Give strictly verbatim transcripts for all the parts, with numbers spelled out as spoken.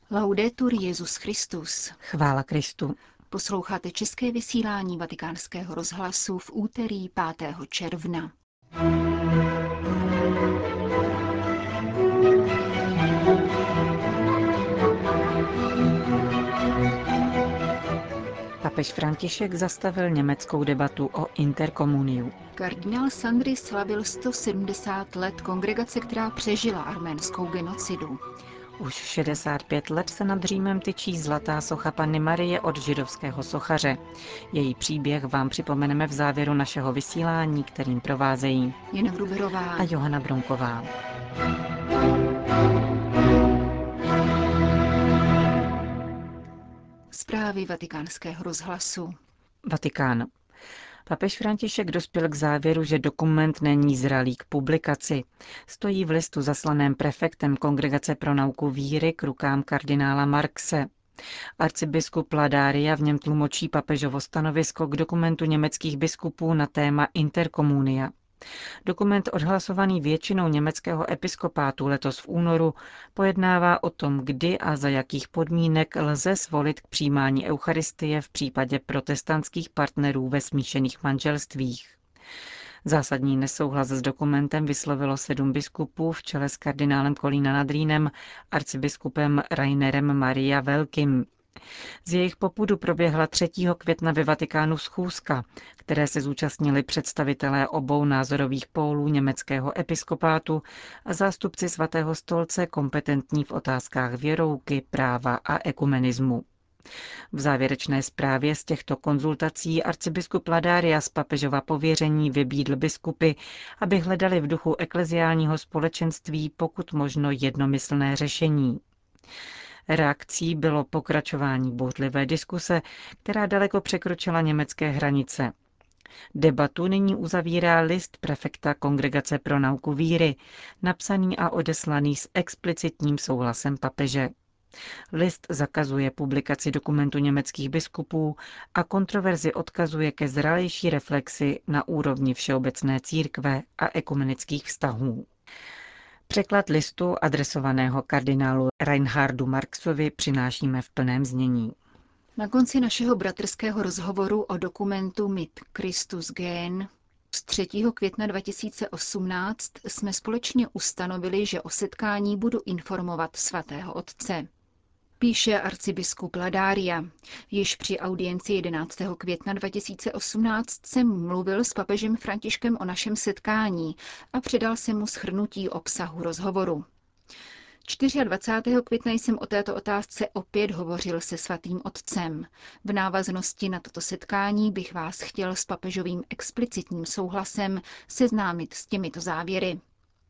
Laudetur Jesus Christus. Chvála Kristu. Posloucháte české vysílání Vatikánského rozhlasu v úterý pátého června. Papež František zastavil německou debatu o interkomuniu. Kardinál Sandri slavil sto sedmdesát let kongregace, která přežila arménskou genocidu. Už šedesát pět let se nad Římem tyčí zlatá socha Panny Marie od židovského sochaře. Její příběh vám připomeneme v závěru našeho vysílání, kterým provázejí Jana Gruberová a Johana Bronková. Zprávy Vatikánského rozhlasu. Vatikán. Papež František dospěl k závěru, že dokument není zralý k publikaci. Stojí v listu zaslaném prefektem Kongregace pro nauku víry k rukám kardinála Marxe. Arcibiskup Ladária v něm tlumočí papežovo stanovisko k dokumentu německých biskupů na téma interkomunia. Dokument odhlasovaný většinou německého episkopátu letos v únoru pojednává o tom, kdy a za jakých podmínek lze svolit k přijímání eucharistie v případě protestantských partnerů ve smíšených manželstvích. Zásadní nesouhlas s dokumentem vyslovilo sedm biskupů v čele s kardinálem Kolína nad Rýnem, arcibiskupem Rainerem Maria Velkým. Z jejich popudu proběhla třetího května ve Vatikánu schůzka, které se zúčastnili představitelé obou názorových pólů německého episkopátu a zástupci Svatého stolce kompetentní v otázkách věrouky, práva a ekumenismu. V závěrečné zprávě z těchto konzultací arcibiskup Ladária z papežova pověření vybídl biskupy, aby hledali v duchu ekleziálního společenství pokud možno jednomyslné řešení. Reakcí bylo pokračování bouřlivé diskuse, která daleko překročila německé hranice. Debatu nyní uzavírá list prefekta Kongregace pro nauku víry, napsaný a odeslaný s explicitním souhlasem papeže. List zakazuje publikaci dokumentu německých biskupů a kontroverzi odkazuje ke zralejší reflexi na úrovni všeobecné církve a ekumenických vztahů. Překlad listu adresovaného kardinálu Reinhardu Marxovi přinášíme v plném znění. Na konci našeho bratrského rozhovoru o dokumentu Mit Christus Gen z třetího května dva tisíce osmnáct jsme společně ustanovili, že o setkání budu informovat svatého otce. Píše arcibiskup Ladária. Již při audienci jedenáctého května dva tisíce osmnáct jsem mluvil s papežem Františkem o našem setkání a předal jsem mu shrnutí obsahu rozhovoru. dvacátého čtvrtého května jsem o této otázce opět hovořil se svatým otcem. V návaznosti na toto setkání bych vás chtěl s papežovým explicitním souhlasem seznámit s těmito závěry.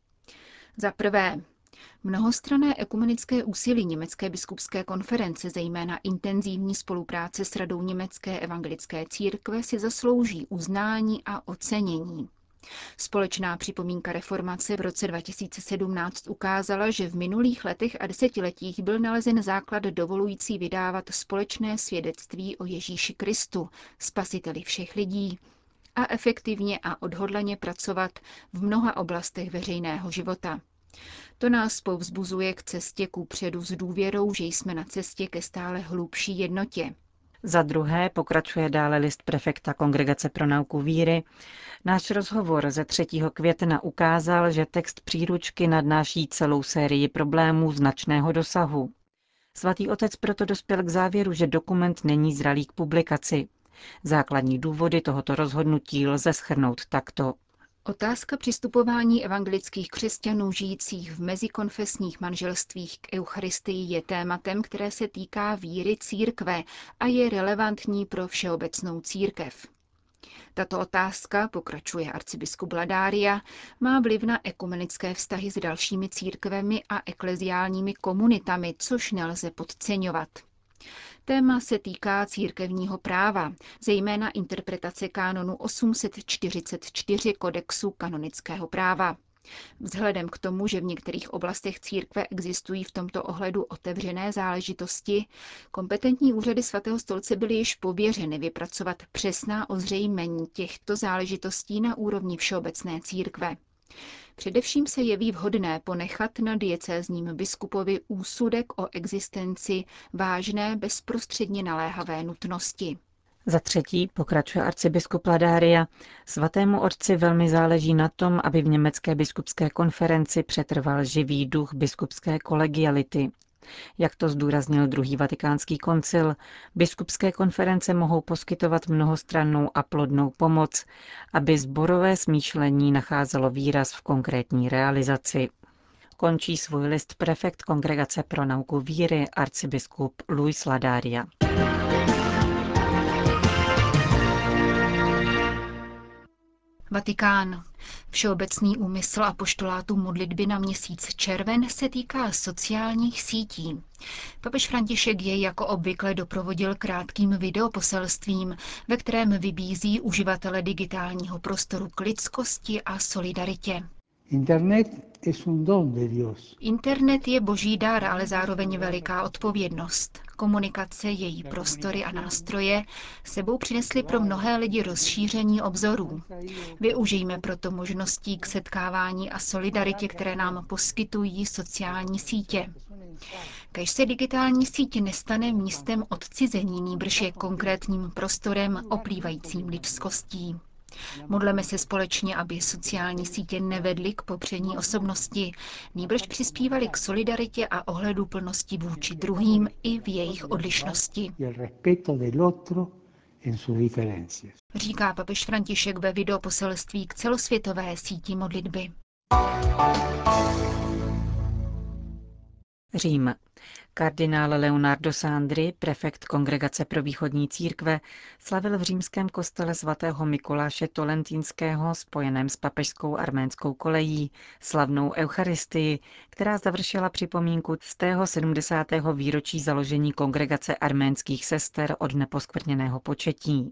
Za prvé, mnohostranné ekumenické úsilí Německé biskupské konference, zejména intenzivní spolupráce s Radou německé evangelické církve, si zaslouží uznání a ocenění. Společná připomínka reformace v roce dva tisíce sedmnáct ukázala, že v minulých letech a desetiletích byl nalezen základ dovolující vydávat společné svědectví o Ježíši Kristu, spasiteli všech lidí, a efektivně a odhodlaně pracovat v mnoha oblastech veřejného života. To nás povzbuzuje k cestě kupředu s důvěrou, že jsme na cestě ke stále hlubší jednotě. Za druhé pokračuje dále list prefekta Kongregace pro nauku víry. Náš rozhovor ze třetího května ukázal, že text příručky nadnáší celou sérii problémů značného dosahu. Svatý otec proto dospěl k závěru, že dokument není zralý k publikaci. Základní důvody tohoto rozhodnutí lze shrnout takto. Otázka přistupování evangelických křesťanů žijících v mezikonfesních manželstvích k eucharistii je tématem, které se týká víry církve a je relevantní pro všeobecnou církev. Tato otázka, pokračuje arcibiskup Ladária, má vliv na ekumenické vztahy s dalšími církvemi a ekleziálními komunitami, což nelze podceňovat. Téma se týká církevního práva, zejména interpretace kánonu osm set čtyřicet čtyři kodexu kanonického práva. Vzhledem k tomu, že v některých oblastech církve existují v tomto ohledu otevřené záležitosti, kompetentní úřady Svatého stolce byly již pověřeny vypracovat přesná ozřejmení těchto záležitostí na úrovni všeobecné církve. Především se jeví vhodné ponechat na diecézním biskupovi úsudek o existenci vážné bezprostředně naléhavé nutnosti. Za třetí, pokračuje arcibiskup Ladária, svatému otci velmi záleží na tom, aby v německé biskupské konferenci přetrval živý duch biskupské kolegiality. Jak to zdůraznil druhý vatikánský koncil, biskupské konference mohou poskytovat mnohostrannou a plodnou pomoc, aby sborové smýšlení nacházelo výraz v konkrétní realizaci. Končí svůj list prefekt Kongregace pro nauku víry arcibiskup Luis Ladária. Vatikán. Všeobecný úmysl apoštolátu modlitby na měsíc červen se týká sociálních sítí. Papež František jej jako obvykle doprovodil krátkým videoposelstvím, ve kterém vybízí uživatele digitálního prostoru k lidskosti a solidaritě. Internet je boží dar, ale zároveň veliká odpovědnost. Komunikace, její prostory a nástroje sebou přinesly pro mnohé lidi rozšíření obzorů. Využijme proto možností k setkávání a solidaritě, které nám poskytují sociální sítě. Kéž se digitální síť nestane místem odcizení, nýbrž je konkrétním prostorem oplývajícím lidskostí. Modleme se společně, aby sociální sítě nevedly k popření osobnosti, nýbrž přispívaly k solidaritě a ohleduplnosti vůči druhým i v jejich odlišnosti. Říká papež František ve videoposelství k celosvětové síti modlitby. Řím. Kardinál Leonardo Sandri, prefekt Kongregace pro východní církve, slavil v římském kostele svatého Mikuláše Tolentínského spojeném s papežskou arménskou kolejí slavnou eucharistii, která završila připomínku stého sedmdesátého výročí založení Kongregace arménských sester od neposkvrněného početí.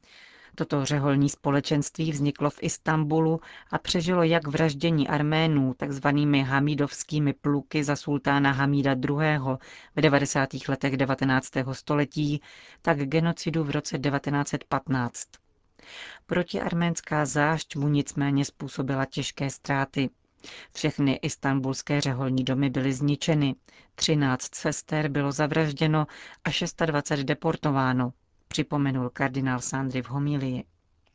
Toto řeholní společenství vzniklo v Istanbulu a přežilo jak vraždění Arménů takzvanými hamidovskými pluky za sultána Hamída druhého. v devadesátých letech devatenáctého století, tak genocidu v roce devatenáct set patnáct. Protiarménská zášť mu nicméně způsobila těžké ztráty. Všechny istanbulské řeholní domy byly zničeny, třináct sester bylo zavražděno a dvacet šest deportováno, připomenul kardinál Sandri v homilii.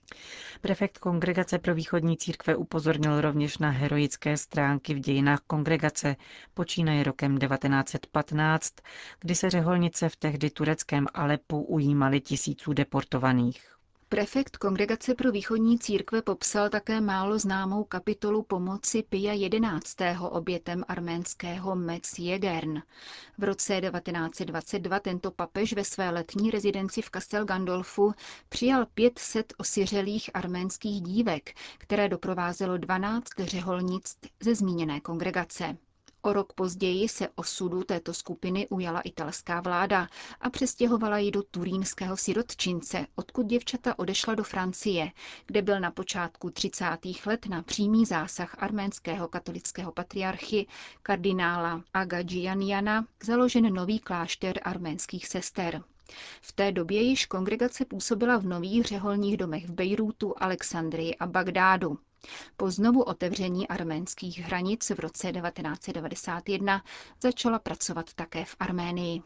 Prefekt Kongregace pro východní církve upozornil rovněž na heroické stránky v dějinách kongregace, počínaje rokem devatenáct set patnáct, kdy se řeholnice v tehdy tureckém Alepu ujímaly tisíců deportovaných. Prefekt Kongregace pro východní církve popsal také málo známou kapitolu pomoci Pia jedenáctého. obětem arménského Metz-Jegern. V roce devatenáct set dvacet dva tento papež ve své letní rezidenci v Castel Gandolfu přijal pět set osiřelých arménských dívek, které doprovázelo dvanáct řeholnic ze zmíněné kongregace. O rok později se osudu této skupiny ujala italská vláda a přestěhovala ji do turínského sirotčince, odkud děvčata odešla do Francie, kde byl na počátku třicátých let na přímý zásah arménského katolického patriarchy kardinála Aga Džianjana založen nový klášter arménských sester. V té době již kongregace působila v nových řeholních domech v Bejrútu, Alexandrii a Bagdádu. Po znovu otevření arménských hranic v roce devatenáct set devadesát jedna začala pracovat také v Arménii.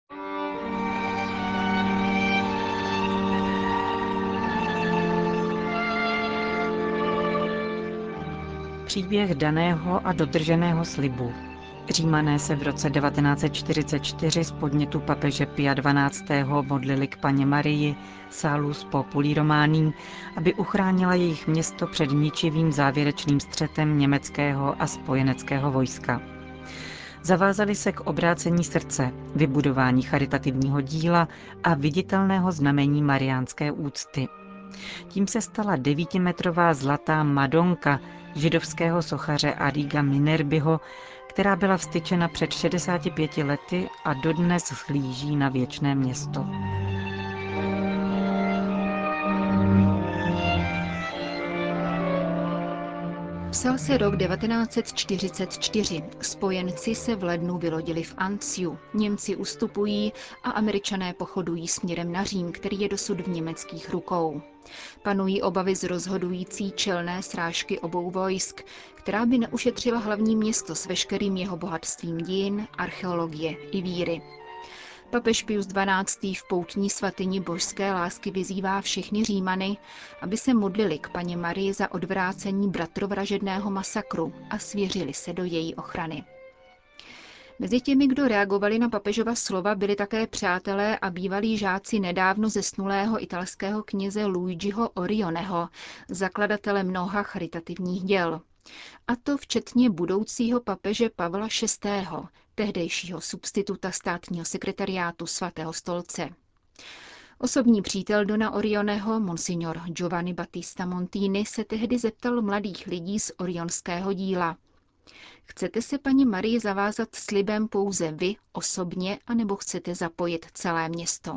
Příběh daného a dodrženého slibu. Římané se v roce devatenáct set čtyřicet čtyři z podnětu papeže Pia dvanáctého. modlili k Panně Marii Salus Populi Romani, aby uchránila jejich město před ničivým závěrečným střetem německého a spojeneckého vojska. Zavázali se k obrácení srdce, vybudování charitativního díla a viditelného znamení mariánské úcty. Tím se stala devítimetrová zlatá Madonka židovského sochaře Arriga Minerbiho, která byla vztyčena před šedesáti pěti lety a dodnes shlíží na věčné město. Psal se rok devatenáct set čtyřicet čtyři. Spojenci se v lednu vylodili v Anciu. Němci ustupují a Američané pochodují směrem na Řím, který je dosud v německých rukou. Panují obavy z rozhodující čelné srážky obou vojsk, která by neušetřila hlavní město s veškerým jeho bohatstvím dějin, archeologie i víry. Papež Pius dvanáctý. v poutní svatyni božské lásky vyzývá všechny Římany, aby se modlili k Panně Marii za odvrácení bratrovražedného masakru a svěřili se do její ochrany. Mezi těmi, kdo reagovali na papežova slova, byli také přátelé a bývalí žáci nedávno zesnulého italského kněze Luigiho Orioneho, zakladatele mnoha charitativních děl. A to včetně budoucího papeže Pavla šestého., tehdejšího substituta státního sekretariátu Svatého stolce. Osobní přítel Dona Orioneho, monsignor Giovanni Battista Montini, se tehdy zeptal mladých lidí z orionského díla: Chcete se paní Marii zavázat slibem pouze vy osobně, anebo chcete zapojit celé město?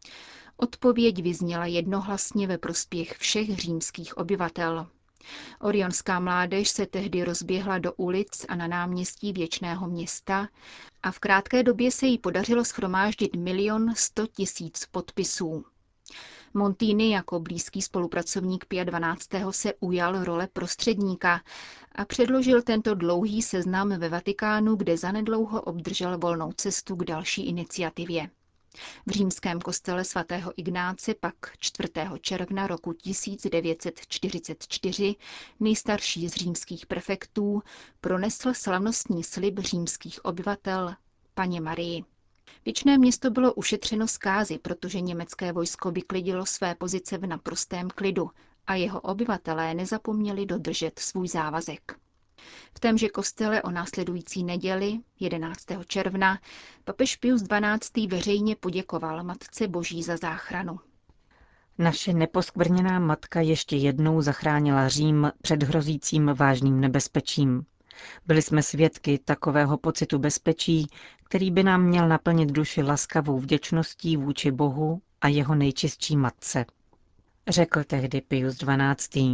Odpověď vyzněla jednohlasně ve prospěch všech římských obyvatel. Orionská mládež se tehdy rozběhla do ulic a na náměstí Věčného města a v krátké době se jí podařilo shromáždit milion sto tisíc podpisů. Montini jako blízký spolupracovník Pia dvanáctého. Se ujal role prostředníka a předložil tento dlouhý seznam ve Vatikánu, kde zanedlouho obdržel volnou cestu k další iniciativě. V římském kostele svatého Ignáce pak čtvrtého června roku tisíc devět set čtyřicet čtyři nejstarší z římských prefektů pronesl slavnostní slib římských obyvatel Panně Marii. Věčné město bylo ušetřeno zkázy, protože německé vojsko vyklidilo své pozice v naprostém klidu a jeho obyvatelé nezapomněli dodržet svůj závazek. V témže kostele o následující neděli, jedenáctého června, papež Pius dvanáctý. Veřejně poděkoval Matce Boží za záchranu. Naše neposkvrněná matka ještě jednou zachránila Řím před hrozícím vážným nebezpečím. Byli jsme svědky takového pocitu bezpečí, který by nám měl naplnit duši laskavou vděčností vůči Bohu a jeho nejčistší matce. Řekl tehdy Pius dvanáctý.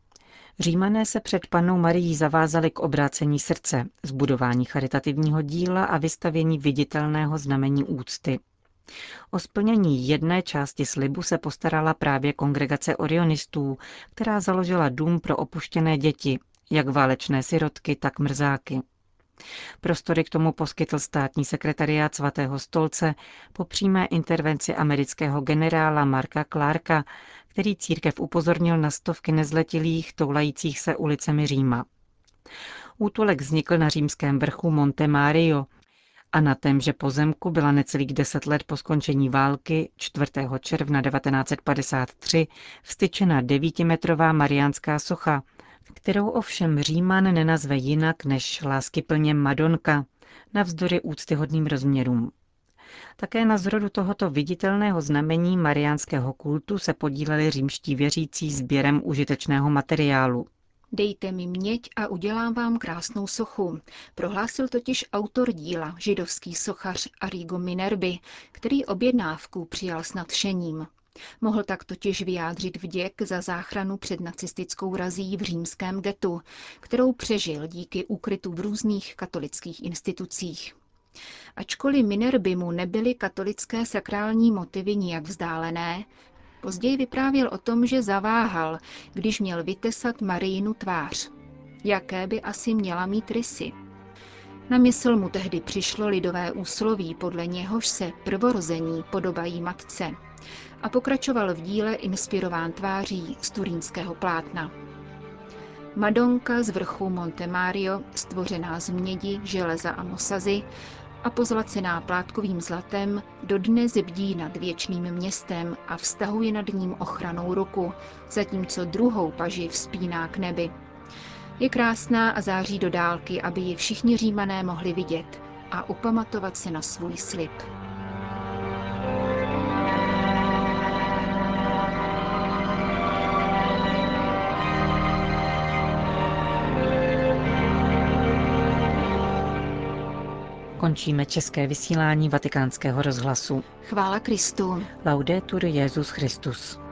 Římané se před Pannou Marií zavázali k obrácení srdce, zbudování charitativního díla a vystavění viditelného znamení úcty. O splnění jedné části slibu se postarala právě kongregace orionistů, která založila dům pro opuštěné děti, jak válečné sirotky, tak mrzáky. Prostory k tomu poskytl státní sekretariát Svatého stolce po přímé intervenci amerického generála Marka Clarka, který církev upozornil na stovky nezletilých toulajících se ulicemi Říma. Útulek vznikl na římském vrchu Monte Mario a na témže pozemku byla necelých deset let po skončení války čtvrtého června devatenáct set padesát tři vztyčena devítimetrová mariánská socha, kterou ovšem Říman nenazve jinak než láskyplně Madonka, navzdory úctyhodným rozměrům. Také na zrodu tohoto viditelného znamení mariánského kultu se podíleli římští věřící sběrem užitečného materiálu. Dejte mi měď a udělám vám krásnou sochu, prohlásil totiž autor díla, židovský sochař Arrigo Minerby, který objednávku přijal s nadšením. Mohl tak totiž vyjádřit vděk za záchranu před nacistickou razí v římském getu, kterou přežil díky úkrytu v různých katolických institucích. Ačkoliv Minerbymu nebyly katolické sakrální motivy nijak vzdálené, později vyprávěl o tom, že zaváhal, když měl vytesat Marijinu tvář. Jaké by asi měla mít rysy? Na mysl mu tehdy přišlo lidové úsloví, podle něhož se prvorození podobají matce, a pokračoval v díle inspirován tváří z turínského plátna. Madonka z vrchu Monte Mario, stvořená z mědi, železa a mosazy a pozlacená plátkovým zlatem, dodnes bdí nad věčným městem a vztahuje nad ním ochrannou ruku, zatímco druhou paži vzpíná k nebi. Je krásná a září do dálky, aby ji všichni Římané mohli vidět a upamatovat se na svůj slib. Končíme české vysílání Vatikánského rozhlasu. Chvála Kristu. Laudetur Jesus Christus.